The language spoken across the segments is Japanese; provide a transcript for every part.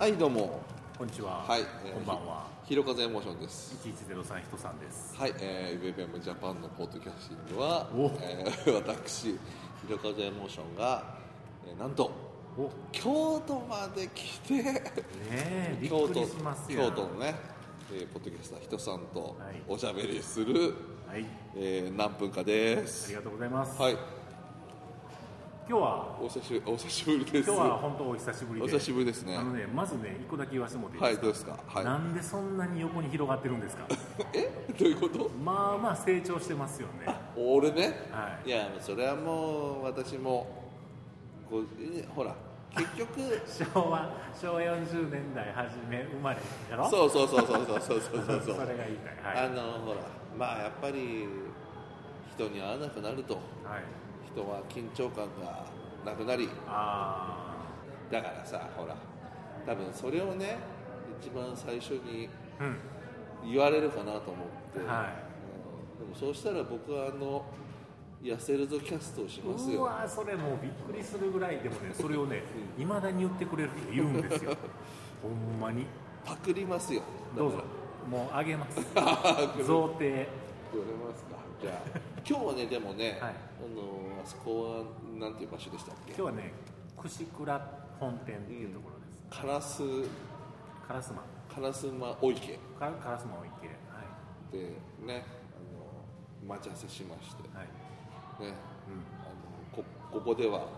はいどうもこんにちは。 はい、 こんばんは。 ひろかぜエモーションです。 1103ひとさんです。 はい、WebM ジャパンのポッドキャスティングは、私ひろかぜエモーションが、なんと京都まで来てねえ、びっくりしますよ。 京都のね、ポッドキャスターひとさんとおしゃべりする、 はい、 何分かです。 ありがとうございます。 はい。 今日はお久しぶりです。 今日は本当お久しぶりで。 お久しぶりですね。 まずね、一個だけ言わせてもらっていいですか。 はい、どうですか。はい。 なんでそんなに横に広がってるんですか。 どういうこと？ まあまあ成長してますよね。 俺ね。 はい。 いや、それはもう私もほら結局昭和40年代初め生まれやろ。 そうそれが言いたい。 はい。 ほらまあやっぱり人に会わなくなると。はい。人は緊張感がなくなり、だからさ、ほら多分それをね一番最初に言われるかなと思って、はい。でもそうしたら僕は痩せるぞキャストをしますよ。 うわ、それもうびっくりするぐらい。でもね、それをねいまだに言ってくれる人いるんですよ。ほんまにパクりますよ。 どうぞ、もうあげます贈呈。くれますか。じゃあ今日はね、でもね、はい、あそこはなんていう場所でしたっけ。 今日はね、串倉本店っていうところです。 烏丸お池。 烏丸お池。はい。 でね、待ち合わせしまして。はい。ね、ここでは、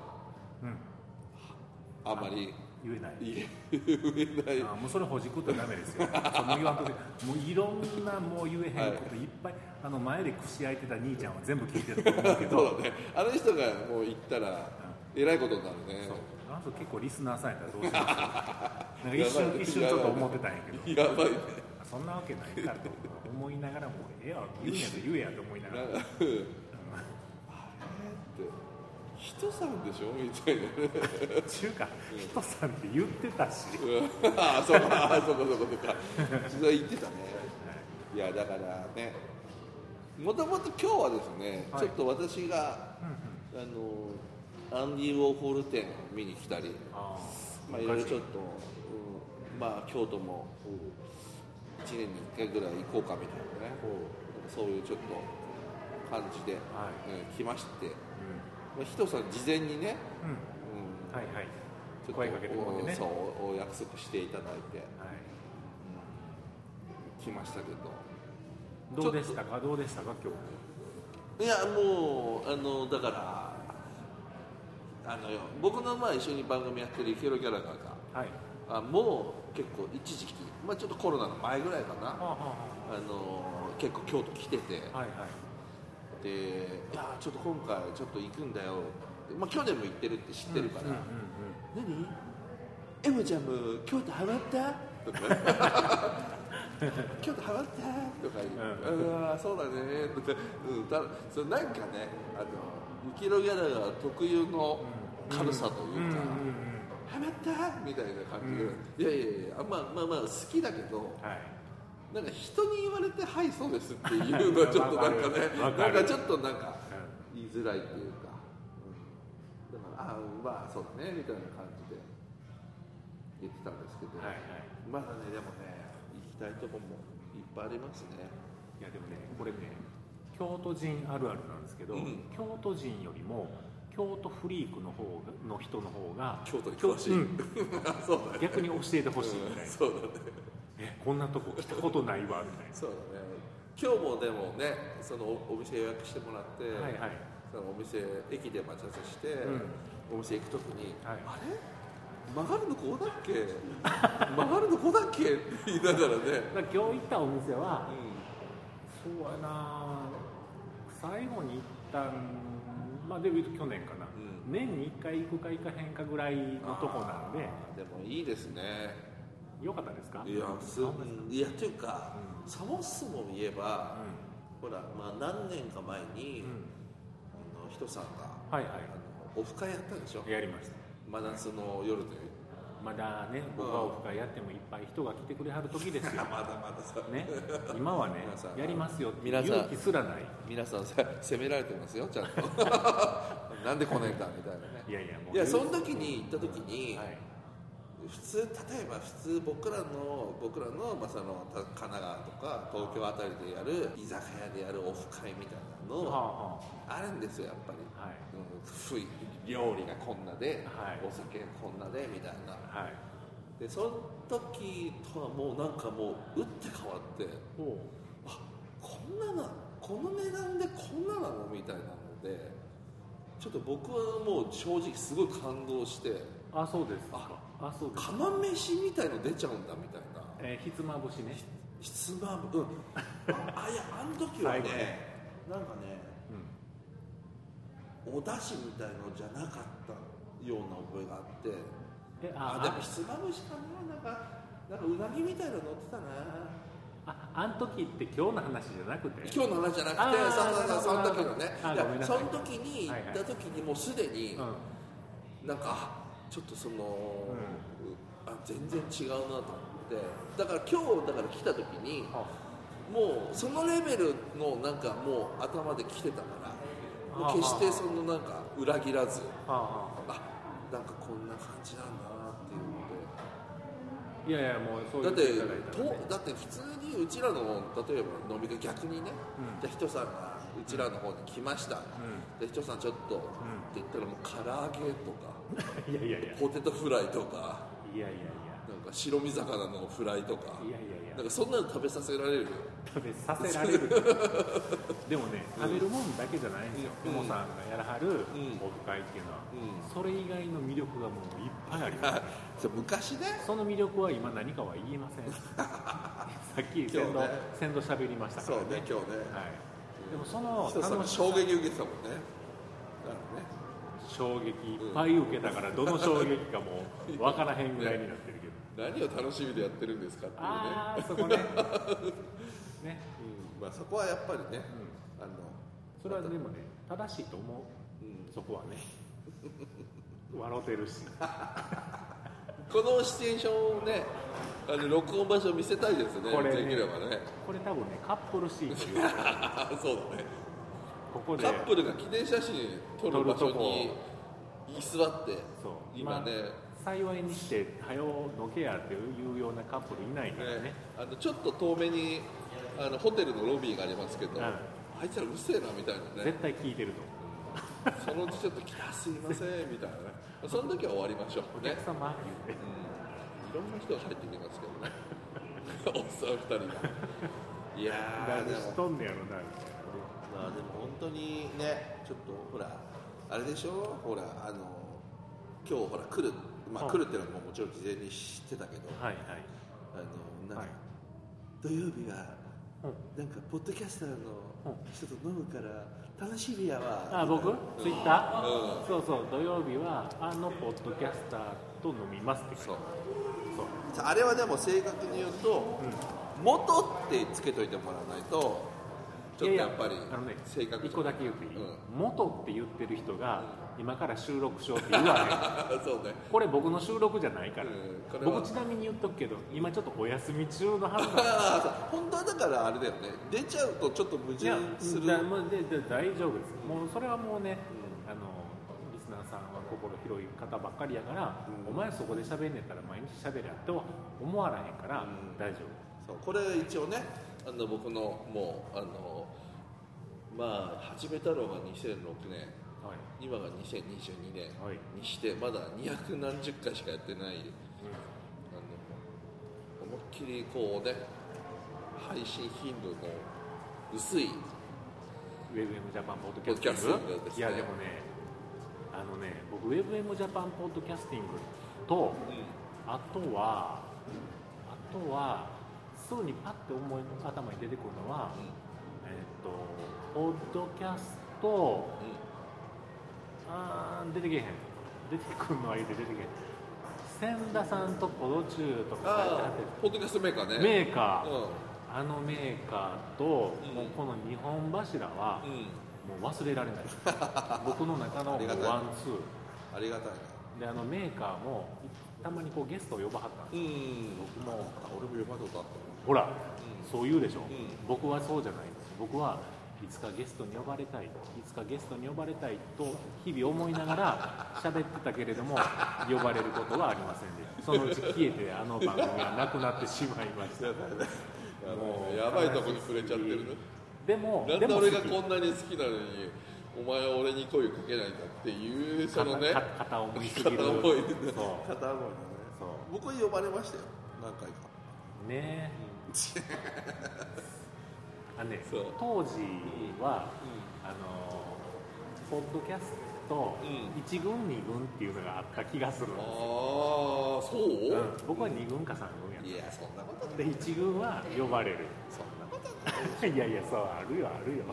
あまり言えない。 もうそれほじくったらダメですよ。もう言わんとで、もういろんなもう言えへんこといっぱい、前で串焼いてた兄ちゃんは全部聞いてると思うけど。 そうだね。あの人がもう言ったらえらいことになるね。 そう。あの人結構リスナーさんやったらどうしますか。なんか一瞬ちょっと思ってたんやけど。やばいね。そんなわけないからと思いながらも、言えやと思いながら。 人さんでしょみたいなね。 中華人さんって言ってたし。 そうか。実は言ってたね。いやだからね。もともと今日はですね、ちょっと私がアンディ・ウォーホル展見に来たり、まあいろいろちょっとまあ京都も1年に1回ぐらい行こうかみたいなね。そういうちょっと感じで来まして。ひとさん事前にね、 はいはい、 ちょっと声かけてもらってね、そうお約束していただいて、来ましたけど、 どうでしたか今日。 いやもうだから僕の一緒に番組やってるイケロギャラガーが、もう結構一時期、ちょっとコロナの前ぐらいかな、結構京都来てて。で、いやちょっと今回ちょっと行くんだよって、去年も行ってるって知ってるから、何 M ちゃんも京都ハマったとか京都ハマったとか言う、そうだねとか、それなんかね、ユキロギャラが特有の軽さというか、ハマったみたいな感じで、いやまあ好きだけど、なんか人に言われてはいそうですっていうのはちょっとなんかねなんかちょっとなんか言いづらいっていうか、だからまあそうだねみたいな感じで言ってたんですけど、まだねでもね行きたいとこもいっぱいありますね。 いやでもねこれね京都人あるあるなんですけど、京都人よりも京都フリークの人の方が京都に詳しい、そうだね、 逆に教えてほしいみたいな、 そうだね、 こんなとこ来たことないわみたいな。 そうだね。今日もでもね、そのお店予約してもらって、そのお店駅で待ち合わせして、お店行くときに、あれ曲がるのこうだっけ曲がるのこうだっけって言いながらね。 今日行ったお店は、そうやな、最後に行ったでいうと去年かな、年に1回行くか行かへんかぐらいのとこなんで。 でもいいですね。 良かったですか。 いやというか、そもそも言えば、ほら何年か前に、ひとさんが、オフ会やったでしょ。 やりました。 真夏の夜という。 まだね、僕がオフ会やってもいっぱい人が来てくれはる時ですよ。 まださね、今はねやりますよって勇気すらない。 皆さん責められてますよちゃんと。なんで来ねえかみたいなね。いやその時に行った時に、 普通例えば僕らの、まあ、その神奈川とか東京あたりでやる居酒屋でやるオフ会みたいなのあるんですよやっぱり、はい、料理がこんなで、はい、お酒がこんなでみたいな、はい、でその時とはもうなんかもう打って変わってあこの値段でこんななのみたいなのでちょっと僕はもう正直すごい感動してあそうですかそうです釜飯みたいの出ちゃうんだみたいな、 ひつまぶしねひつまぶいやあの時はねなんかね、お出汁みたいのじゃなかったような覚えがあってでもひつまぶしかななんかうなぎみたいなの乗ってたなあの時って今日の話じゃなくて今日の話じゃなくてその時のねその時に行った時にもうすでに、なんかちょっとその、全然違うなと思ってだから今日来た時にもうそのレベルのなんかもう頭で来てたからもう決してそのなんか裏切らずなんかこんな感じなんだなっていうのでいやもうそういうだって普通にうちらの例えば飲み会逆にね、じゃあ人さんがうちらの方に来ました、で人さんちょっと、って言ったらもう唐揚げとかいやポテトフライとかいやなんか白身魚のフライとかいやなんかそんなの食べさせられるでもね、食べるもんだけじゃないんですよももさんがやらはるオフ会っていうのは、それ以外の魅力がもういっぱいあります昔ねその魅力は今何かは言えませんさっき先度喋りましたからねそうね今日ね、 でもその衝撃受けてたもんね衝撃いっぱい受けたからどの衝撃かも分からへんぐらいになってるけど何を楽しみでやってるんですかっていうねそこねまあ、そこはやっぱりね、 それはでもね正しいと思う、そこはね笑ってるしこのシチュエーションをね録音場所見せたいですねこれねできればねこれ多分ねカップルシーンというそうだねここでカップルが記念写真撮る場所に居座って今ね幸いにして早うのけやっていうようなカップルいないからねちょっと遠目にホテルのロビーがありますけど、あいつらうるせえなみたいなね絶対聞いてるとそのうちちょっと来たすいませんみたいなねその時は終わりましょうねお客様言って、 いろんな人が入ってきますけどねおっさん2人がいやーでもしとんねやろなみたいなでも本当にねちょっとほらあれでしょほら今日ほら来る来るっていうのはもちろん事前に知ってたけど、なんか土曜日はなんかポッドキャスターの人と飲むから楽しみやわ僕ツイッターそう土曜日はポッドキャスターと飲みますってそうあれはでも正確に言うと、元ってつけといてもらわないとちょっとやっぱり正確に 1個だけ言っていい、元って言ってる人が今から収録しようって言わへんそうねこれ僕の収録じゃないから、僕ちなみに言っとくけど今ちょっとお休み中のはずだ本当はだからあれだよね出ちゃうとちょっと矛盾する大丈夫ですもうそれはもうねリスナーさんは心広い方ばっかりやから、お前そこで喋んねんったら毎日喋れやとは思わらへんから、大丈夫そうこれ一応ね僕のもう始めたのが2006年、今が2022年にして、まだ200何十回しかやってない、思いっきりこうね配信頻度の薄いウェブエムジャパンポッドキャスティングですね。いやでもね僕ウェブエムジャパンポッドキャスティングと、あとはすぐにパッて頭に出てくるのは、ポッドキャスト、出てけへん出てくるのは言うて出てけへん千田さんとポドチューとかポッドキャストメーカーねメーカー、メーカーと、もうこの2本柱は、もう忘れられない僕の中のワンツーありがたいでメーカーもたまにこうゲストを呼ばはったんですよ、僕も俺も呼ばれたことあったほら、そう言うでしょ、僕はそうじゃないんです。僕はいつかゲストに呼ばれたい、いつかゲストに呼ばれたいと日々思いながら喋ってたけれども呼ばれることはありませんで、そのうち消えてあの番組はなくなってしまいました。 もうやばいとこに触れちゃってるね。 でもなんで俺がこんなに好きなのにお前は俺に声をかけないんだっていうそのね片思いすぎる片思いだね。僕は呼ばれましたよ、何回かね。当時は、ポッドキャスト1軍2軍っていうのがあった気がするんですよ。 そう、 僕は2軍か3軍やった。 いやそんなことない。 で1軍は呼ばれる。 そんなことない。 いやいや、そうあるよ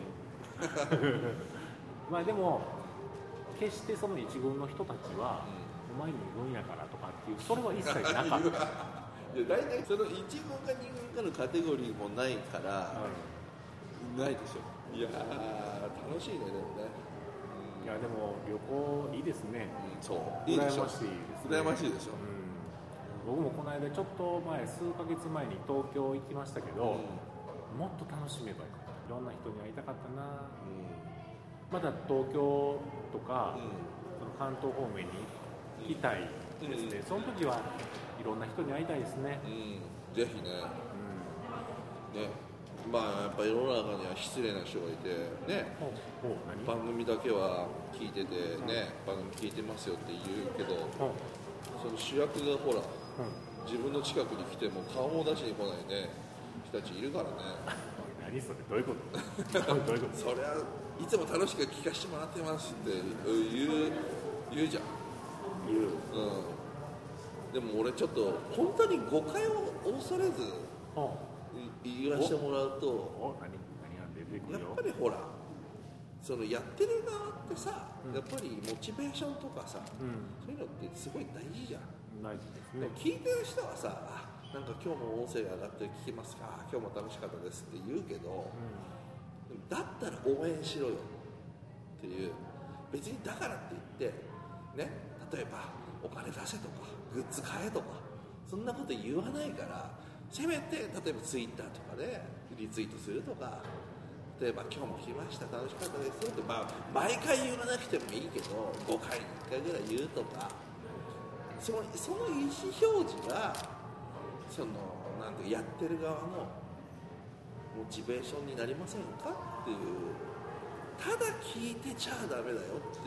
まあでも決してその1軍の人たちは、お前2軍やからとかっていうそれは一切なかったいや大体その1軍か2軍かのカテゴリーもないから、ないでしょ。いや楽しいね。でもね、 いやでも旅行いいですね。 そういいでしょ。羨ましいでしょ。 僕もこの間ちょっと前数ヶ月前に東京行きましたけど、もっと楽しめばよかった。いろんな人に会いたかったな。まだ東京とか、その関東方面に行きたいですね。その時はいろんな人に会いたいですね。 ぜひね。ね、まあやっぱり世の中には失礼な人がいてね、番組だけは聞いててね、番組聞いてますよって言うけど、その主役がほら、自分の近くに来ても顔も出しに来ないね人たちいるからね。 何それ、どういうことどういうことそりゃいつも楽しく聞かせてもらってますって言うじゃん。 言う。 でも俺ちょっと本当に誤解を恐れず言わせてもらうと、やっぱりほらそのやってる側ってさ、やっぱりモチベーションとかさ、そういうのってすごい大事じゃん。 大事ですね。 聞いてる人はさ、なんか今日も音声が上がって聞きますか、今日も楽しかったですって言うけど、だったら応援しろよっていう。別にだからって言ってね、例えばお金出せとかグッズ買えとかそんなこと言わないから、せめて例えばツイッターとかでリツイートするとか、例えば今日も来ました楽しかったですって、毎回言わなくてもいいけど5回に1回ぐらい言うとか、その意思表示がなんてやってる側のモチベーションになりませんかっていう。ただ聞いてちゃダメだよっていう、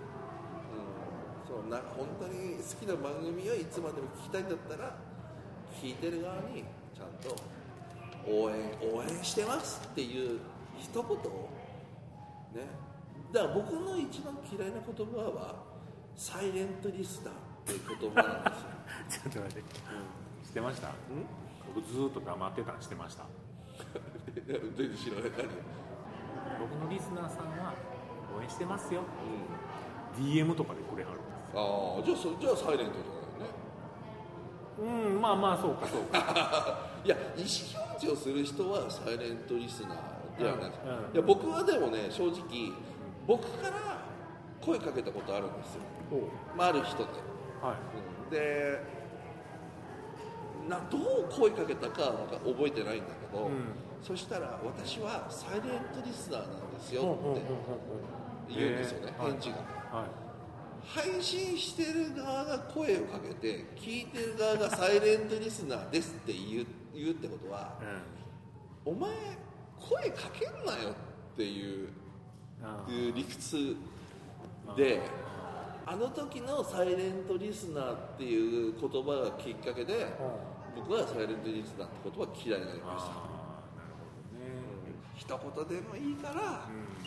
本当に好きな番組をいつまでも聞きたいんだったら聞いてる側にちゃんと応援してますっていう一言をね。だから僕の一番嫌いな言葉はサイレントリスナーっていう言葉なんですよ。 ちょっと待って、してました？僕ずっと黙ってたんしてました。 全然知らない。何？ 僕のリスナーさんは応援してますよ、DM とかでくれはるんです。 じゃあサイレントじゃないね。 まあそうかいや意思表示をする人はサイレントリスナーではない。いや僕はでもね、正直、僕から声かけたことあるんですよ。ある人で、でどう声かけたかなんか覚えてないんだけど、そしたら私はサイレントリスナーなんですよって言うんですよね、返事が。配信してる側が声をかけて聞いてる側がサイレントリスナーですって言うってことは、お前声かけんなよっていう理屈で、あの時のサイレントリスナーっていう言葉がきっかけで、僕はサイレントリスナーって言葉嫌いになりました。一言でもいいから、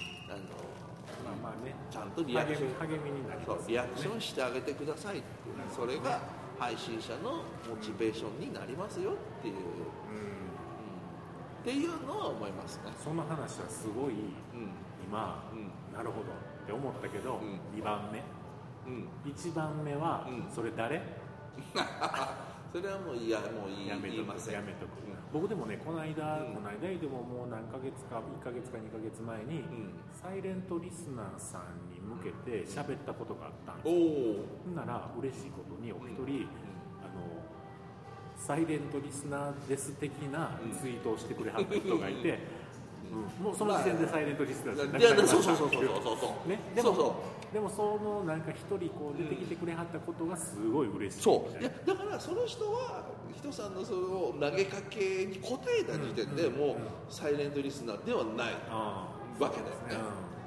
ちゃんとリアクション励みになります、 リアクションしてあげてくださいって、それが配信者のモチベーションになりますよっていう、っていうのは思いますね。 その話はすごい、今、なるほどって思ったけど、2番目、1番目は、それ誰？ それはもういい、 やめとく。僕でもね、この間でももう何ヶ月か1ヶ月か2ヶ月前に、サイレントリスナーさんに向けて喋ったことがあったんですよ。なら嬉しいことにお一人、サイレントリスナーです的なツイートをしてくれはった人がいて、 もうその時点でサイレントリスナーいやそうね、でもそのなんか一人こう出てきてくれはったことがすごい嬉しい。 そういやだからその人は人さんのその投げかけに答えた時点でもうサイレントリスナーではないわけだよね。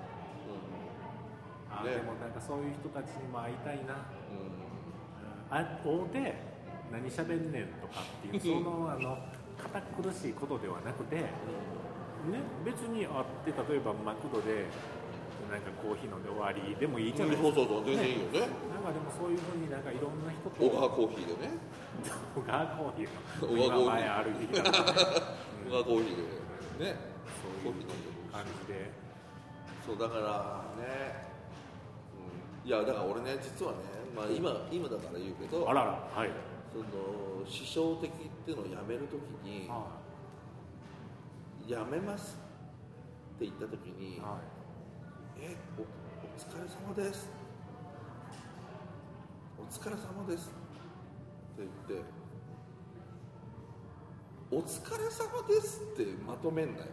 でもなんかそういう人たちにも会いたいな。会うて何しゃべんねんとかっていうその堅苦しいことではなくて、ね、別に会って例えばマクドでなんかコーヒー飲んで終わりでもいいじゃないですか。 そう全然いいよね。 なんかでもそういうふうになんかいろんな人と小川コーヒーでね。 小川コーヒーの今前歩いてきた、 小川コーヒーでね。 そういう感じで。 そうだからね。いやだから俺ね実はね、まあ今だから言うけど。 あららはい。 その師匠的っていうのをやめるときに、やめますって言ったときに、お疲れ様ですお疲れ様ですって言ってお疲れ様ですってまとめんなよ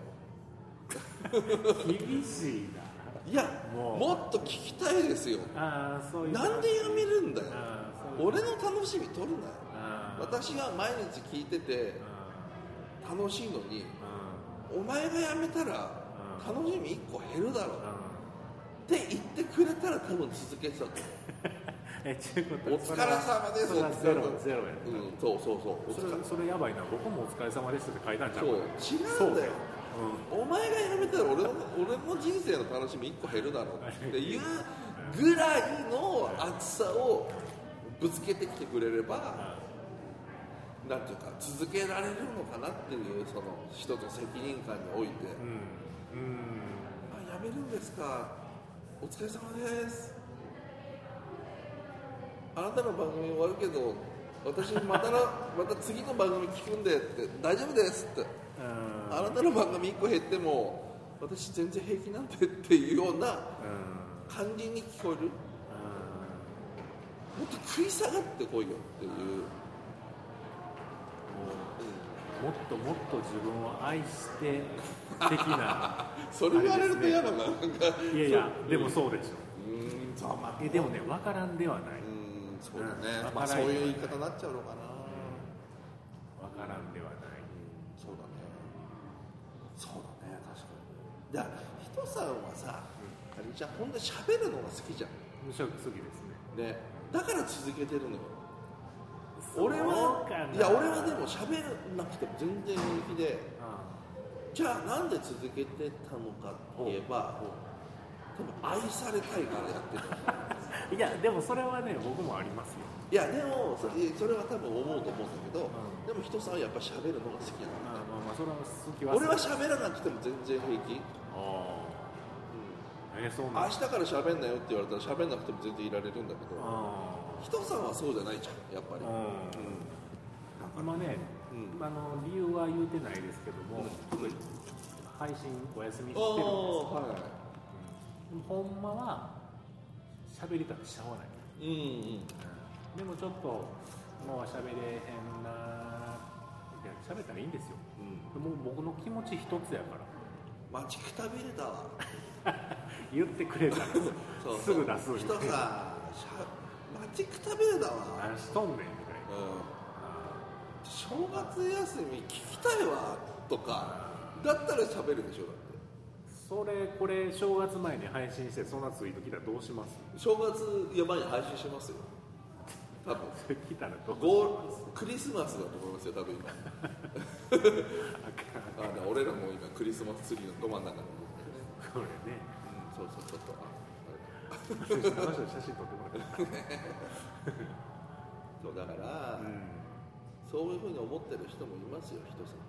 厳しいな。 いやもっと聞きたいですよ。 そういうなんでやめるんだよ。俺の楽しみ取るなよ。私が毎日聞いてて楽しいのに、お前がやめたら楽しみ1個減るだろって言ってくれたら多分続けてたと思う。お疲れ様ですゼロや。 そうそれやばいな。僕もお疲れ様ですって書いたんちゃう。 そう違うんだよ。お前がやめたら俺の人生の楽しみ1個減るだろうっていうぐらいの熱さをぶつけてきてくれれば、なんていうか続けられるのかなっていうその人と責任感において、やめるんですか、お疲れ様です、あなたの番組終わるけど私また次の番組聞くんでって大丈夫ですって、あなたの番組1個減っても私全然平気なんでっていうような感じに聞こえる。もっと食い下がってこいよっていう、 もっともっと自分を愛して的なそれ言われると嫌だな。 いやでもそうでしょ。でもね分からんではない。 そうだね、そういう言い方になっちゃうのかな。 分からんではない。 そうだね確かに。いや人さんはさ、じゃあ本当に喋るのが好きじゃん。 好きですね。 だから続けてるのよ。俺はでも喋らなくても全然平気で、じゃあなんで続けてたのかって言えば、多分愛されたいからやってた。 いやでもそれはね僕もありますよ。 いやでもそれは多分思うと思うんだけど、でも人さんはやっぱ喋るのが好きなの。 それは好きは。 俺は喋らなくても全然平気。 そう明日から喋んなよって言われたら喋んなくても全然いられるんだけど、人さんはそうじゃないじゃんやっぱり。 今ね、理由は言うてないですけども、配信お休みしてるんですけど、ほんまは喋りたくしちゃわない。でもちょっともう喋れへんな、喋ったらいいんですよ。もう僕の気持ち一つやから。 待ちくたびれたわ。 言ってくれたらすぐ出す。 人さ待ちくたびれたわ。 何しとんねんみたいな。 正月休み聞きたいわとかだったら喋るでしょ。だってこれ正月前に配信してそんなツイート来たらどうします？ 正月前に配信しますよ多分。 来たらどうします？ クリスマスだと思いますよ多分今。俺らも今クリスマスツリーのど真ん中にいるんでね。 これね。 そうちょっと写真撮ってもらってそうだから、そういうふうに思ってる人もいますよ。人さん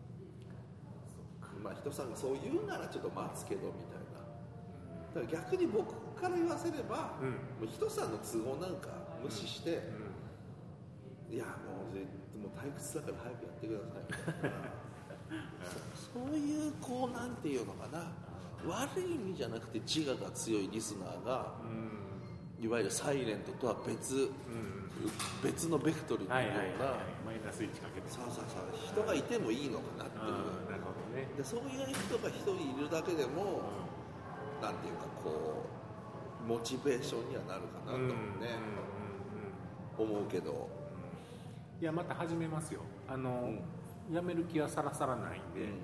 人さんがそう言うならちょっと待つけどみたいな。だから逆に僕から言わせれば、もう人さんの都合なんか無視して、いやもう退屈だから早くやってくださいみたいな。そういうこうなんていうのかな、悪い意味じゃなくて自我が強いリスナーが、いわゆるサイレントとは別のベクトルにいるような、 マイナス1かけてそう人がいてもいいのかなっていう。 なるほどね。 でそういう人が一人いるだけでも、なんていうかこうモチベーションにはなるかなとね、思うけど、 いやまた始めますよ。辞める気はさらさらないんで、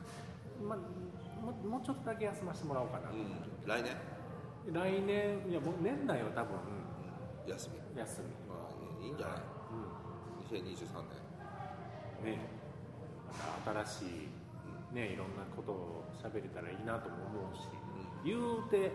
もうちょっとだけ休ませてもらおうかな、 来年いやもう年内は多分、 休み、まあ、いいんじゃない、2023年ね、また新しい、ね、いろんなことを喋れたらいいなとも思うし、言うて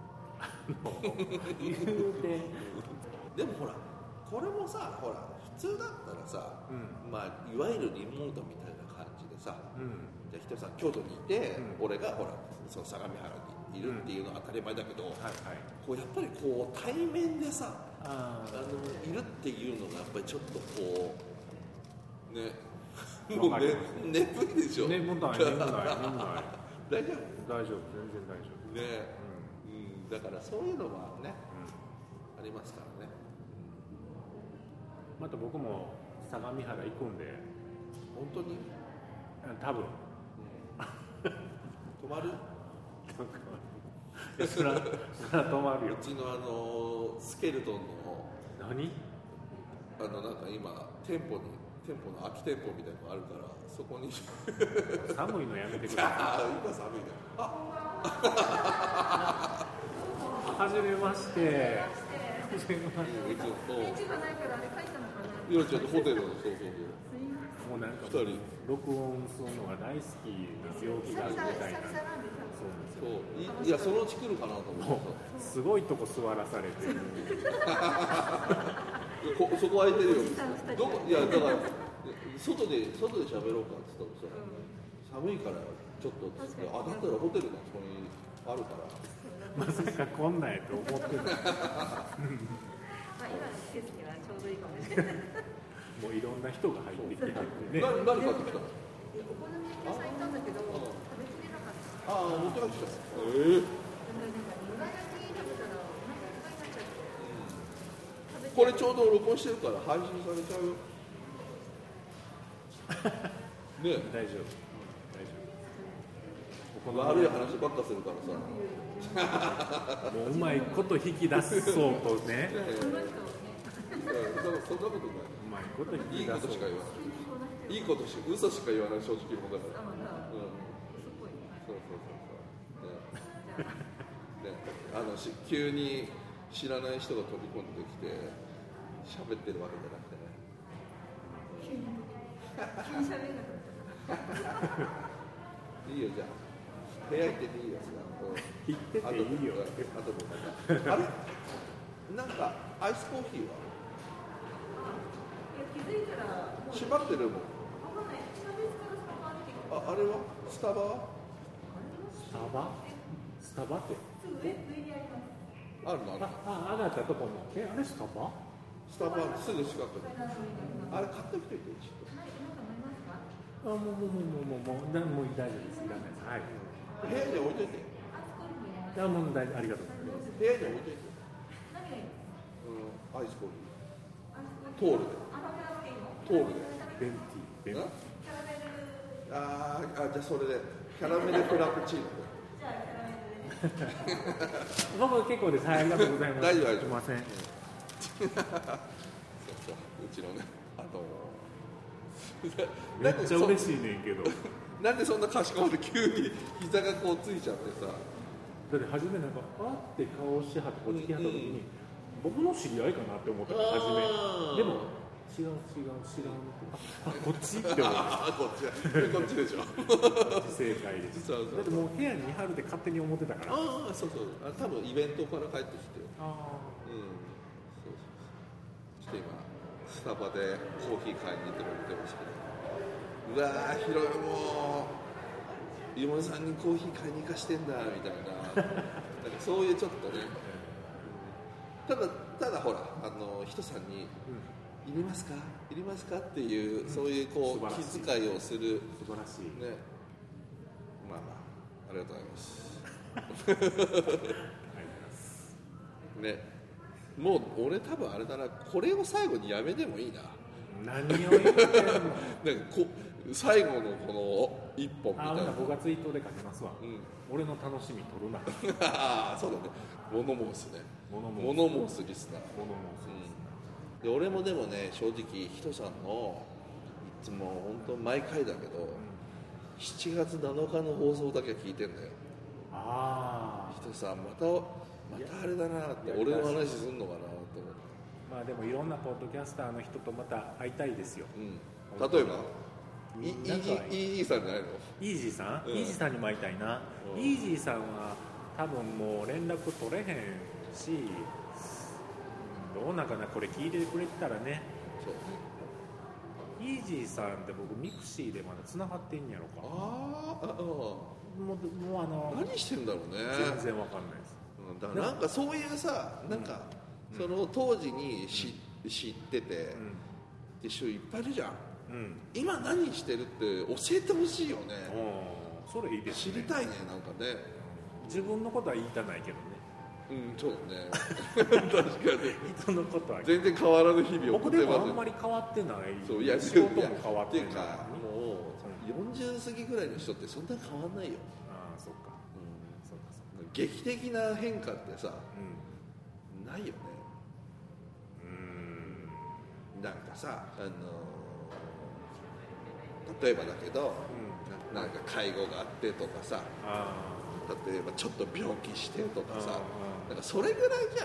でもほらこれもさ、ほら普通だったらさ、まあいわゆるリモートみたいな感じでさ、じゃあ人さん京都にいて、俺がほらその相模原にいるっていうのは当たり前だけど、こうやっぱりこう対面でさいるっていうのがやっぱりちょっとこうね、もうね眠いでしょ。 眠ない大丈夫全然大丈夫ね、だからそういうのはね、ありますからね。 また僕も相模原行くんで。 本当に？ 多分。 泊まる？ そら泊まるよ。 うちのスケルトンの何？ なんか今店舗の空き店舗みたいなのがあるからそこに寒いのやめてください。 今寒いね。 はじめまして。 返事がないからあれ書いたのかな。 いやちょっとホテルのそうもうなんか 2人録音するのが大好きな病気があるみたいな。 そういやそのうち来るかなと思って。 すごいとこ座らされてる。 そこ空いてるよ。どこいやだから外で喋ろうかって言ったらさ、寒いからちょっとだったらホテルのそこにあるから。 まさかこんなんやと思ってる。 まあ今の季節にはちょうどいいかもしれない。 もういろんな人が入ってきてね。 何買ってきたの？ お好み焼き屋さん行ったんだけど食べきれなかった。 持って帰ってきた。 なんか2倍焼き食べたらお腹いっぱいになっちゃって。 これちょうど録音してるから配信されちゃうよ。ね。 大丈夫。 悪い話ばっかするからさ。 もううまいこと引き出そうとね。 そんなことない。 うまいこと引き出そう。 いいことしか言わない。いいこと嘘しか言わない正直者だから。そう。急に知らない人が飛び込んできて喋ってるわけじゃなくてね。 急に喋れなかった。 いいよじゃあ。部屋行ってていいよ。 行ってていいよ。 あれ？なんかアイスコーヒーは？ 気づいたら閉まってるもん。あれは？スタバは？ スタバって？ 上にあります。 あるの？ 上がったとこの。あれスタバ？ スタバすぐ近くに。あれ買ってきてちょっと。 もう大丈夫です。いらないです。はい。 部屋に置いといて。 もう大丈夫。ありがとうございます。 部屋に置いといて。アイスコーヒー。トールで。 ベンティー。 じゃあそれでキャラメルフラペチーノで。 僕結構です。はい、ありがとうございます。 大丈夫。 すみません。 そううちのねめっちゃ嬉しいねんけど。 なんでそんなかしこまで急に膝がこうついちゃってさ。 だって初めなんかって顔しはってこっち来はった時に、僕の知り合いかなって思ったから初め。でも違うこっちって思う。 こっちでしょ。 正解です。だってもう部屋にいはるって勝手に思ってたから。 そう多分イベントから帰ってきて。ちょっと今スタバでコーヒー買いに行ってもらってますけど。うわー、広いもう芋さんにコーヒー買いに行かしてんだみたいな、なんかそういうちょっとね、ただほら人さんに、いりますかっていう、そういうこう気遣いをする素晴らしいね。まあありがとうございますね。もう俺多分あれだな、これを最後にやめてもいいな。 何を言ってんの？ なんか最後のこの一本みたいな。 僕がツイートで書きますわ、俺の楽しみ取るなああそうだね、モノモースね、モノモースリスナー、で俺もでもね正直ヒトさんのいつも本当毎回だけど、7月7日の放送だけ聞いてんだよ。ヒトさんまたあれだなって、俺の話すんのかなって思って。 まあでもいろんなポッドキャスターの人とまた会いたいですよ、 例えばイージーさんじゃないの？ イージーさん、イージーさんにも会いたいな。イージーさんは多分もう連絡取れへんし、どうなんかな、これ聞いてくれてたらね。そうね。イージーさんって僕ミクシーでまだ繋がってんやろか。もう何してんだろうね。 全然わかんないです。 だからなんかそういうさ、なんかその当時に知っててって人いっぱいいるじゃん。今何してるって教えてほしいよね。 それいいですね。 知りたいね、なんかね。 自分のことは言いたないけどね。 そうだね。確かに。 人のことは全然変わらぬ日々を送ってます。 僕でもあんまり変わってない。 そういや仕事も変わってない。 もう40過ぎぐらいの人ってそんな変わんないよ。 ああ、そっか。そうか。 劇的な変化ってさ、ないよね。なんかさ、例えばだけど、なんか介護があってとかさ、例えばちょっと病気してとかさ、なんかそれぐらいじゃん。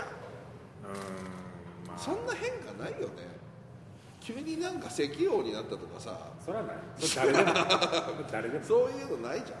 そんな変化ないよね。急になんか石油王になったとかさ、 それはない。それ誰でもそういうのないじゃん。なんか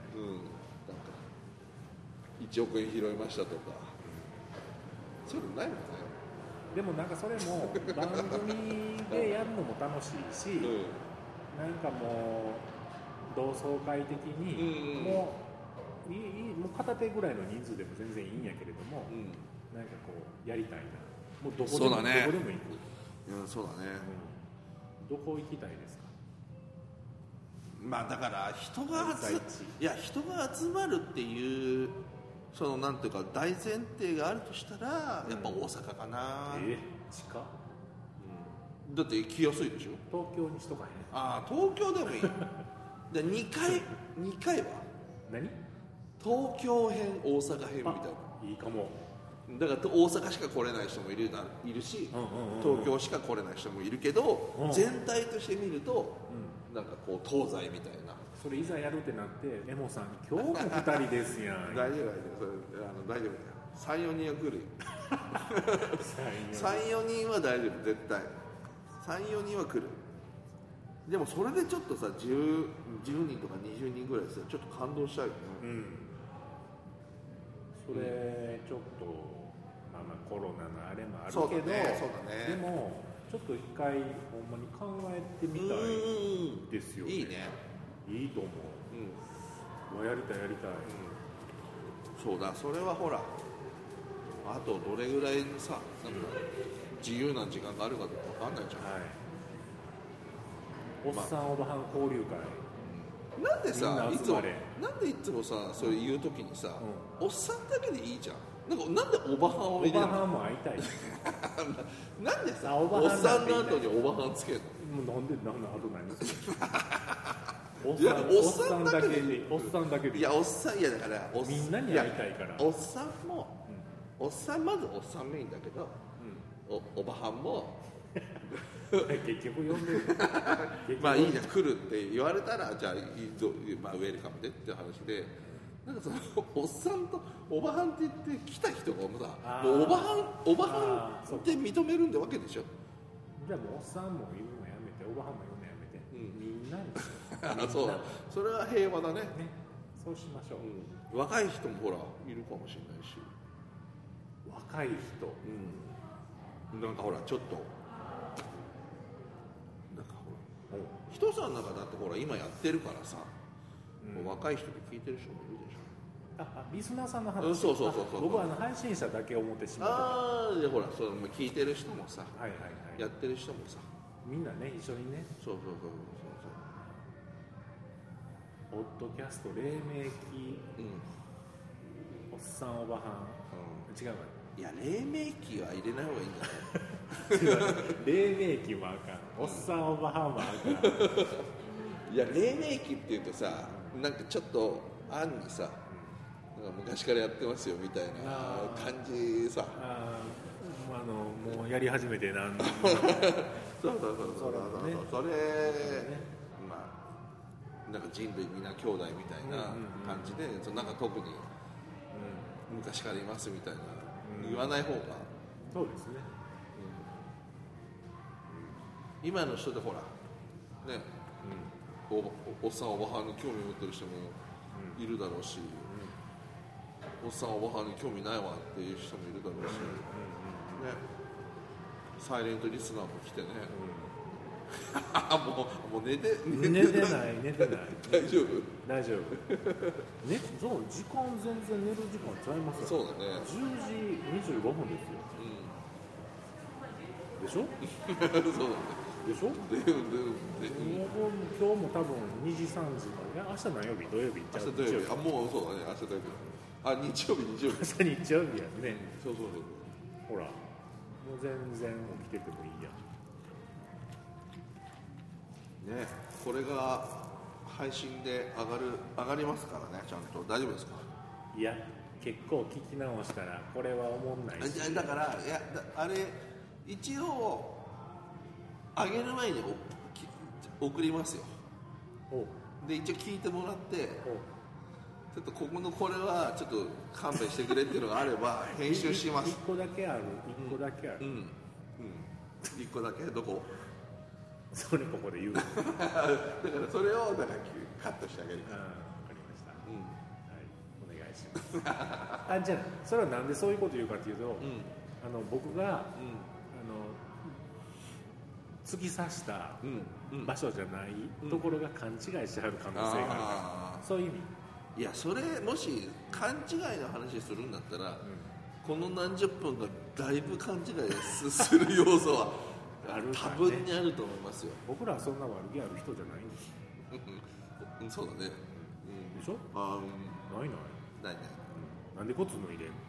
1億円拾いましたとか、そういうのないもんね。 でもなんかそれも番組でやるのも楽しいし、なんかもう同窓会的にもう片手ぐらいの人数でも全然いいんやけれども、なんかこうやりたいな。もうどこでも行く。 そうだね。 どこ行きたいですか？ まあだから人が集まるっていうそのなんていうか大前提があるとしたらやっぱ大阪かな。 近？ だって行きやすいでしょ。 東京にしとかへん。 ああ、東京でもいい。で2回は何？ 東京編大阪編みたいな。 いいかも。 だから大阪しか来れない人もいるし、東京しか来れない人もいるけど、全体として見ると、なんかこう東西みたいな。 それいざやるってなってエモさん今日も2人ですやん。 大丈夫大丈夫。3、4人は来るよ。3、4人は大丈夫、絶対。3、4人は来る。でもそれでちょっとさ 10人とか20人ぐらいさちょっと感動しちゃうよね。それちょっとコロナのあれもあるけど、でもちょっと一回ほんまに考えてみたいですよね。 いいね。 いいと思う。やりたい。 そうだ、それはほらあとどれぐらいさなんか自由な時間があるかとか分かんないじゃん。 おっさんおばはん交流会。 なんでさいつもさそれ言うときにさ、おっさんだけでいいじゃん。なんでおばはんを入れるの？ おばはんも会いたい。 なんでさおっさんの後におばはんつけるの？なんであと何？ おっさんだけでいやおっさんだからみんなに会いたいから。 おっさんまずおっさんメインだけど、おばはんも結局呼んでる。 まあいいじゃん、来るって言われたらじゃあ、まあ、ウェルカムでって話で、なんかそのおっさんとおばはんって言って来た人がもうさもうおばはんって認めるんでわけでしょ。 じゃあもうおっさんも言うのやめておばはんも言うのやめて、みんなにそうだ、それは平和だね。 そうしましょう。 若い人もほらいるかもしれないし。 若い人、 なんかほらちょっとなんかほら人さんの中だってほら今やってるからさ、若い人で聞いてる人もいるでしょ。 リスナーさんの話。 そう僕は配信者だけ思ってしまう。 でほらその聞いてる人もさ、やってる人もさ、 みんなね一緒にね。そうポッドキャスト黎明期、おっさんおばはん、違うわ。 いや黎明期は入れない方がいいんじゃない？ 黎明期もあかん、おっさんおばはんもあかん。 いや黎明期っていうとさ、なんかちょっと案にさ、なんか昔からやってますよみたいな感じさ、 もうやり始めてなんそうそれ、まあなんか人類みんな兄弟みたいな感じで、なんか特に昔からいますみたいな言わない方が、 そうですね、 今の人でほらね、おっさんおばはんに興味持ってる人もいるだろうし、おっさんおばはんに興味ないわっていう人もいるだろうし、ね、サイレントリスナーも来てね、もう寝てない大丈夫ね、そう時間全然寝る時間ちゃいますよ。 そうだね、 10時25分ですよ、でしょそうだねでしょ。今日も多分2時3時まで、明日何曜日、土曜日、 明日土曜日、もうそうだね、明日土曜日、日曜日明日日曜日やね、 そうほらもう全然起きててもいいやね。これが配信で上がりますからね、ちゃんと大丈夫ですか。 いや結構聞き直したらこれは思んないし、 だからあれ一応上げる前に送りますよ。で一応聞いてもらって、ちょっとこれはちょっと勘弁してくれっていうのがあれば編集します。 1個だけある、1個だけどこそれここで言うだからそれをカットしてあげるから。 わかりました、はい、お願いしますじゃあそれはなんでそういうこと言うかっていうと、僕が、突き刺した場所じゃないところが勘違いしてはる可能性があるから、そういう意味。 いやそれもし勘違いの話するんだったら、この何十分がだいぶ勘違いする要素は多分にあると思いますよ。 僕らはそんな悪気ある人じゃないんですそうだね、 でしょ。ないなんでコツ脱いでん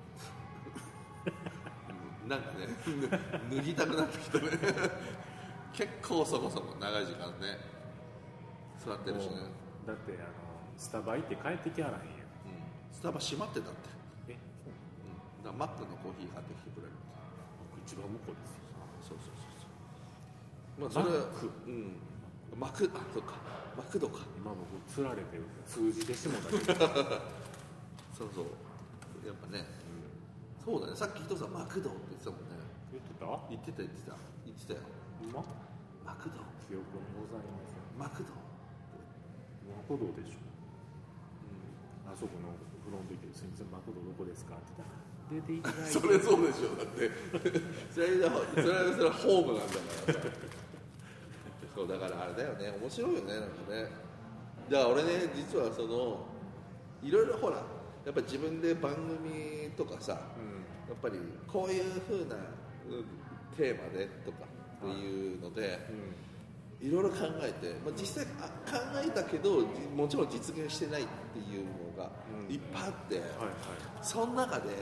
なんかね脱ぎたくなってきたね結構そこそこ長い時間ね座ってるしね。 だってスタバ行って帰ってきはらへんやん、 スタバ閉まってたって。だからマックのコーヒー買ってきてくれるって。 一番向こうですよ。 まあそれはマクドか。 今僕釣られて通じてしもたけどそうやっぱね、そうだね、さっき人さんマクドって言ってたもんね。 言ってたよ。マクド記憶にございます。 マクドでしょ、あそこのフロント行ってすみませんマクドどこですかって言ったら出ていただいてそれそうでしょ。だってそれはホームなんだからさそうだからあれだよね、面白いよね、なんかね。じゃあ俺ね、実はそのいろいろほらやっぱ自分で番組とかさ、やっぱりこういう風なテーマでとかっていうので、いろいろ考えて、実際考えたけどもちろん実現してないっていうのがいっぱいあって、その中で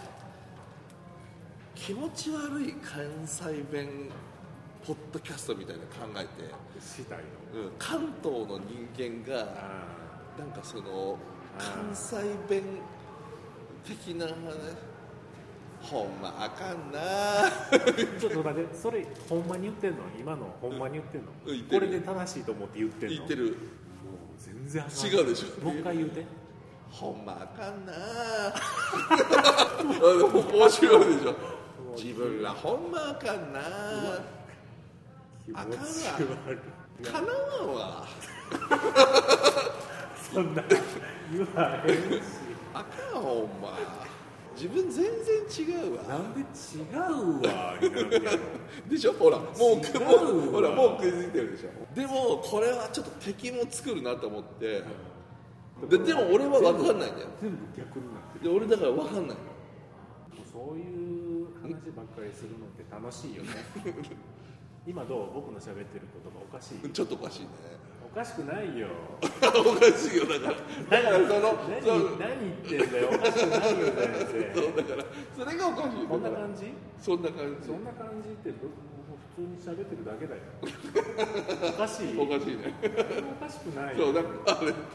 気持ち悪い関西弁ポッドキャストみたいなの考えてしたいの、 関東の人間がなんかその関西弁的なね、ほんまあかんなちょっと待って、それほんまに言ってんの？今のほんまに言ってんの？これで正しいと思って言ってんの？ 言ってる。もう全然違うでしょ。 もう一回言うて。 ほんまあかんな面白いでしょ。自分らほんまあかんなあかんわかなわんわそんな言わへんしあかんほんま自分全然違うわ。 なんで違うわになるやろでしょ。ほらもう食いついてるでしょ。でもこれはちょっと敵も作るなと思って、でも俺は分かんないんだよ。 全部逆になってる。 俺だから分かんないの。 そういう話ばっかりするのって楽しいよね今どう？僕の喋ってることがおかしい？ ちょっとおかしいね。 おかしくないよおかしいよだから何言ってんだよおかしくないよ先生そうだからそれがおかしいこんな感じそんな感じそんな感じって普通に喋ってるだけだよおかしいおかしいねおかしくないそうだあれって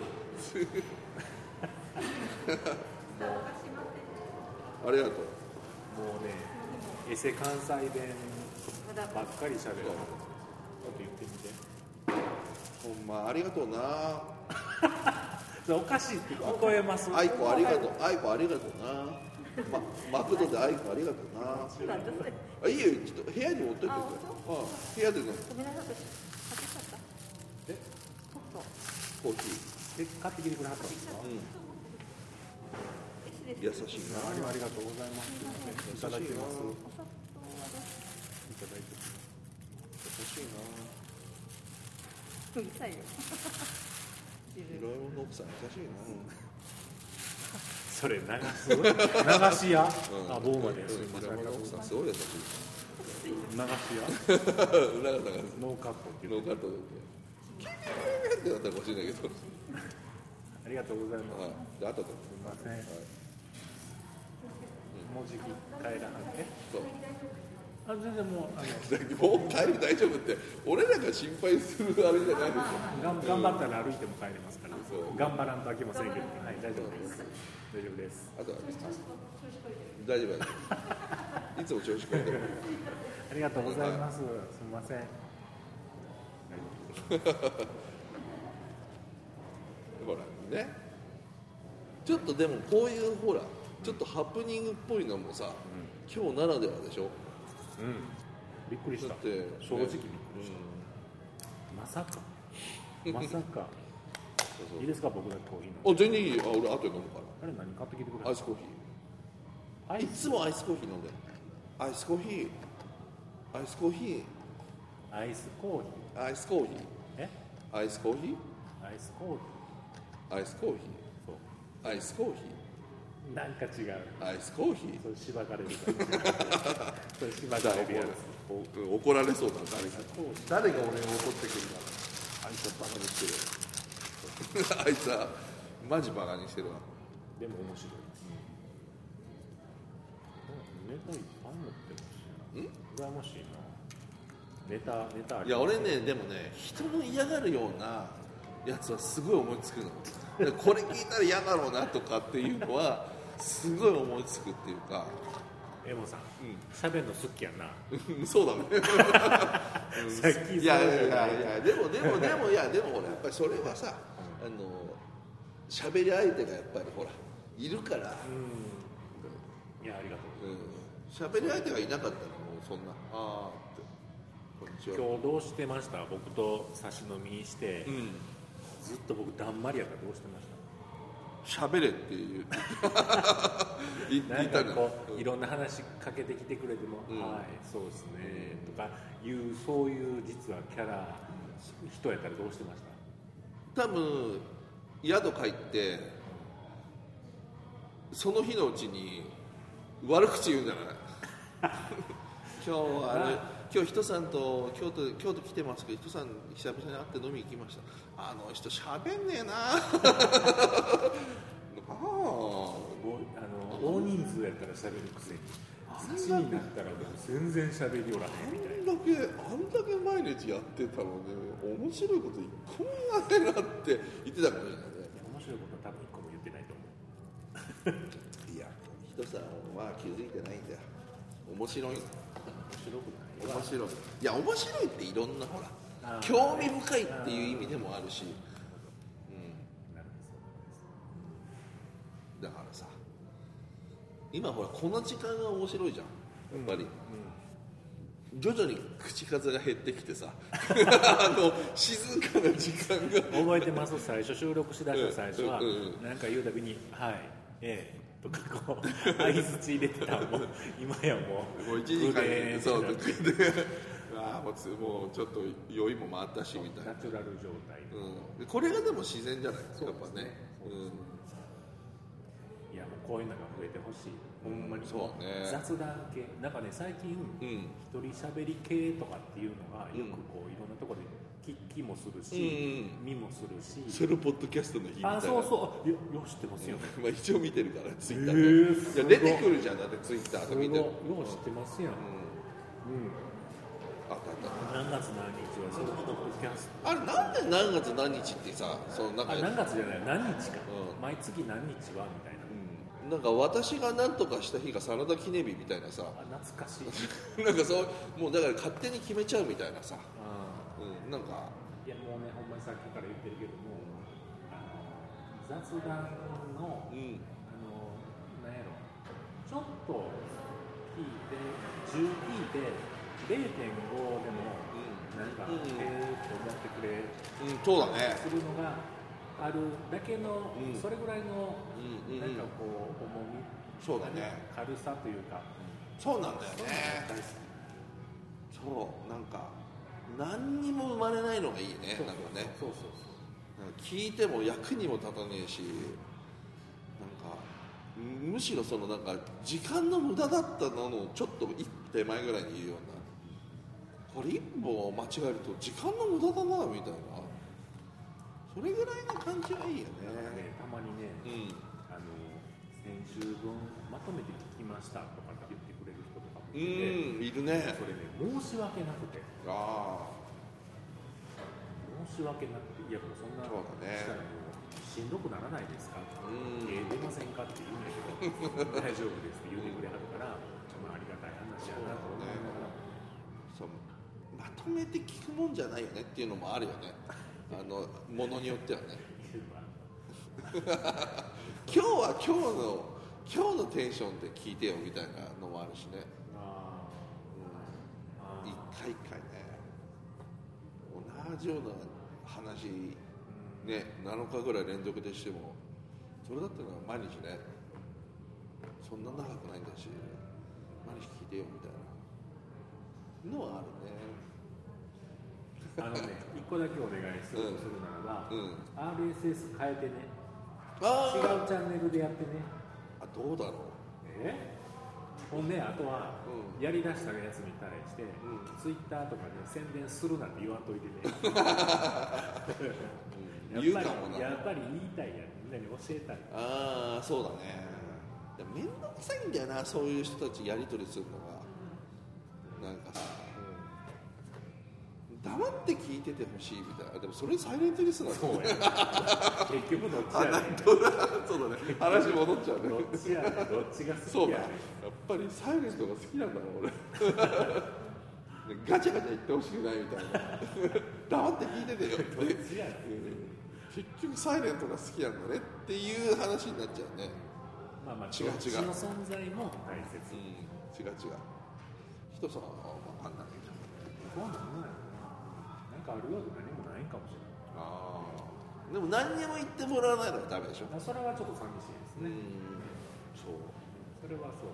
ありがとうもうねエセ関西弁ばっかり喋るちょっと言ってみてほんまありがとうなおかしいって聞こえますあいこありがとうあいこありがとうなマクドであいこありがとうなあいいよちょっと部屋に持ってってくれ部屋で飲むごめんなさい私買ってきちゃったえコーヒー買ってきてくれはったんですか優しいなありがとうございますいただきますいただいて優しいなうるさいよいろいろの奥さん優しいなそれ流し屋あ棒まですみませんいろいろの奥さんすごい優しい流し屋ノーカットっていうノーカットでキャーってなったら欲しいんだけどありがとうございますであとですみませんもうじき帰らはってそう全然もうもう帰る大丈夫って俺らが心配するあれじゃないですよ頑張ったら歩いても帰れますから頑張らんと飽きませんけどはい大丈夫です大丈夫ですあとは大丈夫ですいつも調子こいてるありがとうございますすみませんほらねちょっとでもこういうほらちょっとハプニングっぽいのもさ、今日ならではでしょびっくりしただって正直びっくりしたまさかいいですか僕だけコーヒーの全然いいよ俺後で飲むからあれ何買ってきてくれアイスコーヒーいつもアイスコーヒー飲んでるアイスコーヒーアイスコーヒーアイスコーヒーアイスコーヒーアイスコーヒーアイスコーヒーアイスコーヒーそうアイスコーヒなんか違うーアイスコーヒーそれしばかれるそれしばかれるやつ怒られそうだ誰が俺を怒ってくるかあいつはバカにしてるあいつはマジバカにしてるわでも面白いネタいっぱい持ってるし羨ましいなネタありいや俺ねでもね人の嫌がるようなやつはすごい思いつくのこれ聞いたら嫌だろうなとかっていうのはすごい思いつくっていうかエモさん喋るの好きやなそうだねさっきいやでもいやでもほらやっぱりそれはさ喋り相手がやっぱりほらいるからいやありがとう喋り相手がいなかったらもうそんなあーってこんにちは今日どうしてました僕と差し飲みしてずっと僕だんまりやからどうしてました喋れっていう言ったのいろんな話かけてきてくれてもはいそうですねとかいうそういう実はキャラ人やったらどうしてました多分宿帰ってその日のうちに悪口言うんじゃない今日人さんと京都来てますけど人さん久々に会って飲み行きましたあの人喋んねえな大人数やったら喋るくせに差しになったらもう全然喋りおらへんみたいなあんだけ毎日やってたので面白いこと一個も言わないなって言ってたかもしれないね面白いことは多分一個も言ってないと思ういや人さんは気づいてないんだよ面白いの面白いいや面白いっていろんなほら興味深いっていう意味でもあるしだからさ今ほらこの時間が面白いじゃんやっぱり、徐々に口数が減ってきてさ静かな時間が覚えてます最初収録しだした最初はなんか言うたびに「はいええ」とかこう相づち入れてたもう今やもう 1時間でそうでもうちょっと酔いも回ったしみたいなナチュラル状態で、これがでも自然じゃないですかやっぱねいやもうこういうのが増えてほしいほんまにそうね雑談系なんかね最近一人喋り系とかっていうのがよくこういろんなところで聞きもするし、見もするし、 セルポッドキャストの日みたいな。 そうそう、よ知ってますよ。 まあ一応見てるからツイッターで。いや出てくるじゃん、だってツイッターで見てる。 よう知ってますよ。 あった何月何日はセルポッドキャスト。 あれなんで何月何日ってさ、そのなんか何月じゃない何日か、毎月何日はみたいな。 なんか私が何とかした日がサラダ記念日みたいなさ。 懐かしい。 なんかそうもうだから勝手に決めちゃうみたいなさ。なんかいやもうねほんまにさっきから言ってるけども、雑談の、なんやろちょっと聞いて10聞いて 0.5 でもなんか、って思ってくれそうだねするのがあるだけの、それぐらいの、なんかこう重み、 そうだね、 軽さというか、 そうなんだよね。大好き。そうなんか何にも生まれないのがいいね。なんかね、そう聞いても役にも立たねえし、なんかむしろそのなんか時間の無駄だったののちょっと一手前ぐらいに言うような、これ一本間違えると時間の無駄だなみたいな、それぐらいの感じがいいよね。 たまにね、先週分まとめて聞きましたとかって言ってくれる人とかもいるね。 それね申し訳なくて、申し訳なくて、いやもうそんなしたらもうしんどくならないですか、出ませんかって言うんだけど大丈夫ですって言ってくれはるから、まあ、ありがたい話やなと思いながら、 まとめて聞くもんじゃないよねっていうのもあるよね。ものによってはね今日は今日のテンションで聞いてよみたいなのもあるしね。一回一回ね同じような話ね7日ぐらい連続でしても、それだったら毎日ねそんな長くないんだし毎日聞いてよみたいなのはあるね。 1個だけお願いするとするならば、RSS 変えてね、違うチャンネルでやってね。 どうだろう。 ほんであとは、やりだしたやつに対して、ツイッターとかで宣伝するなんて言わんといてね。 言うかもな。 やっぱり言いたいやん、みんなに教えたい。 そうだね。面倒くさいんだよな、そういう人たちやり取りするのが。なんかさ、黙って聞いててほしいみたいな。でもそれサイレントリスナーだね。 結局どっちやねん。 そうだね。話戻っちゃうね。 どっちやねん。どっちが好きやねん。 そうだ。やっぱりサイレントが好きなんだろう俺。ガチャガチャ言ってほしくないみたいな。黙って聞いててよ。 どっちやねん。 結局サイレントが好きなんだねっていう話になっちゃうね。 まあまあ違う。 どっちの存在も大切。 違う。人さんは分かんないけど。 そうなんだよ。なんかあるようで何もないかもしれない。 でも何にも言ってもらわないのはダメでしょ。 それはちょっと寂しいですね。 そう。 それはそう。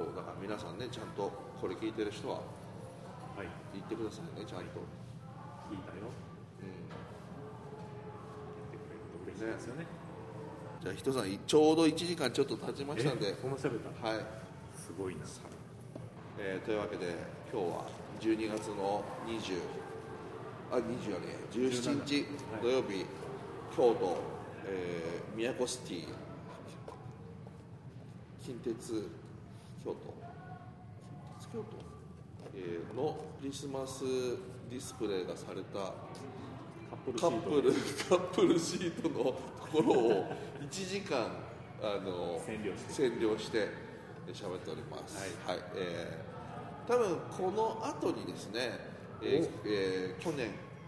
だから皆さんね、ちゃんとこれ聞いてる人は言ってくださいね、ちゃんと。 聞いたよ。言ってくれると嬉しいですよね。 じゃあ人さんちょうど1時間ちょっと経ちましたんで。 この喋った。 はい。 すごいな。 というわけで今日は12月の17日土曜日、京都、宮古シティ近鉄京都、のクリスマスディスプレイがされたカップルシートのところを1時間占領して喋っております。多分この後にですね、去年、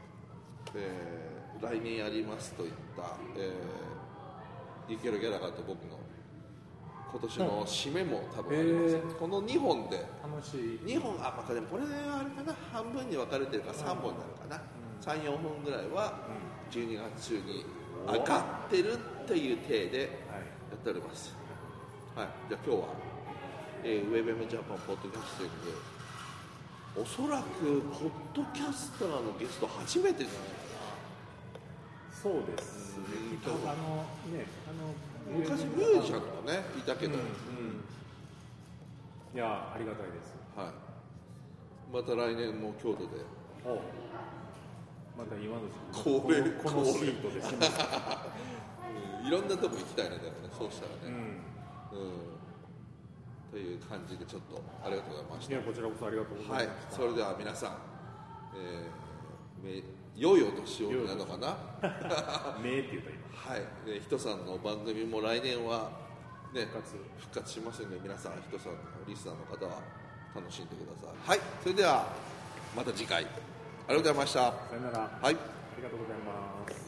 来年やりますといった、イケロ・ギャラガーと僕の今年の締めも多分あります。この2本で楽しい 2本でもこれはあれかな、半分に分かれてるから3本になるかな、3、4本ぐらいは12月中に上がってるっていう体でやっております。じゃあ今日は、ウェブエムジャパンポッドキャスティング、おそらくポッドキャスターのゲスト初めてじゃないかな。 そうですね。 昔ミュージシャンとかねいたけど、 いやありがたいです。 また来年も京都でまた今のこのシートでしますいろんなとこ行きたいねでもねそうしたらねという感じでちょっとありがとうございました。 いやこちらこそありがとうございました。 それでは皆さん、良いお年をなのかなめって言った今人さんの番組も来年はね復活しますので皆さん人さんのリスナーの方は楽しんでください。はい、それではまた次回ありがとうございました。 さよなら。 はい、 ありがとうございます。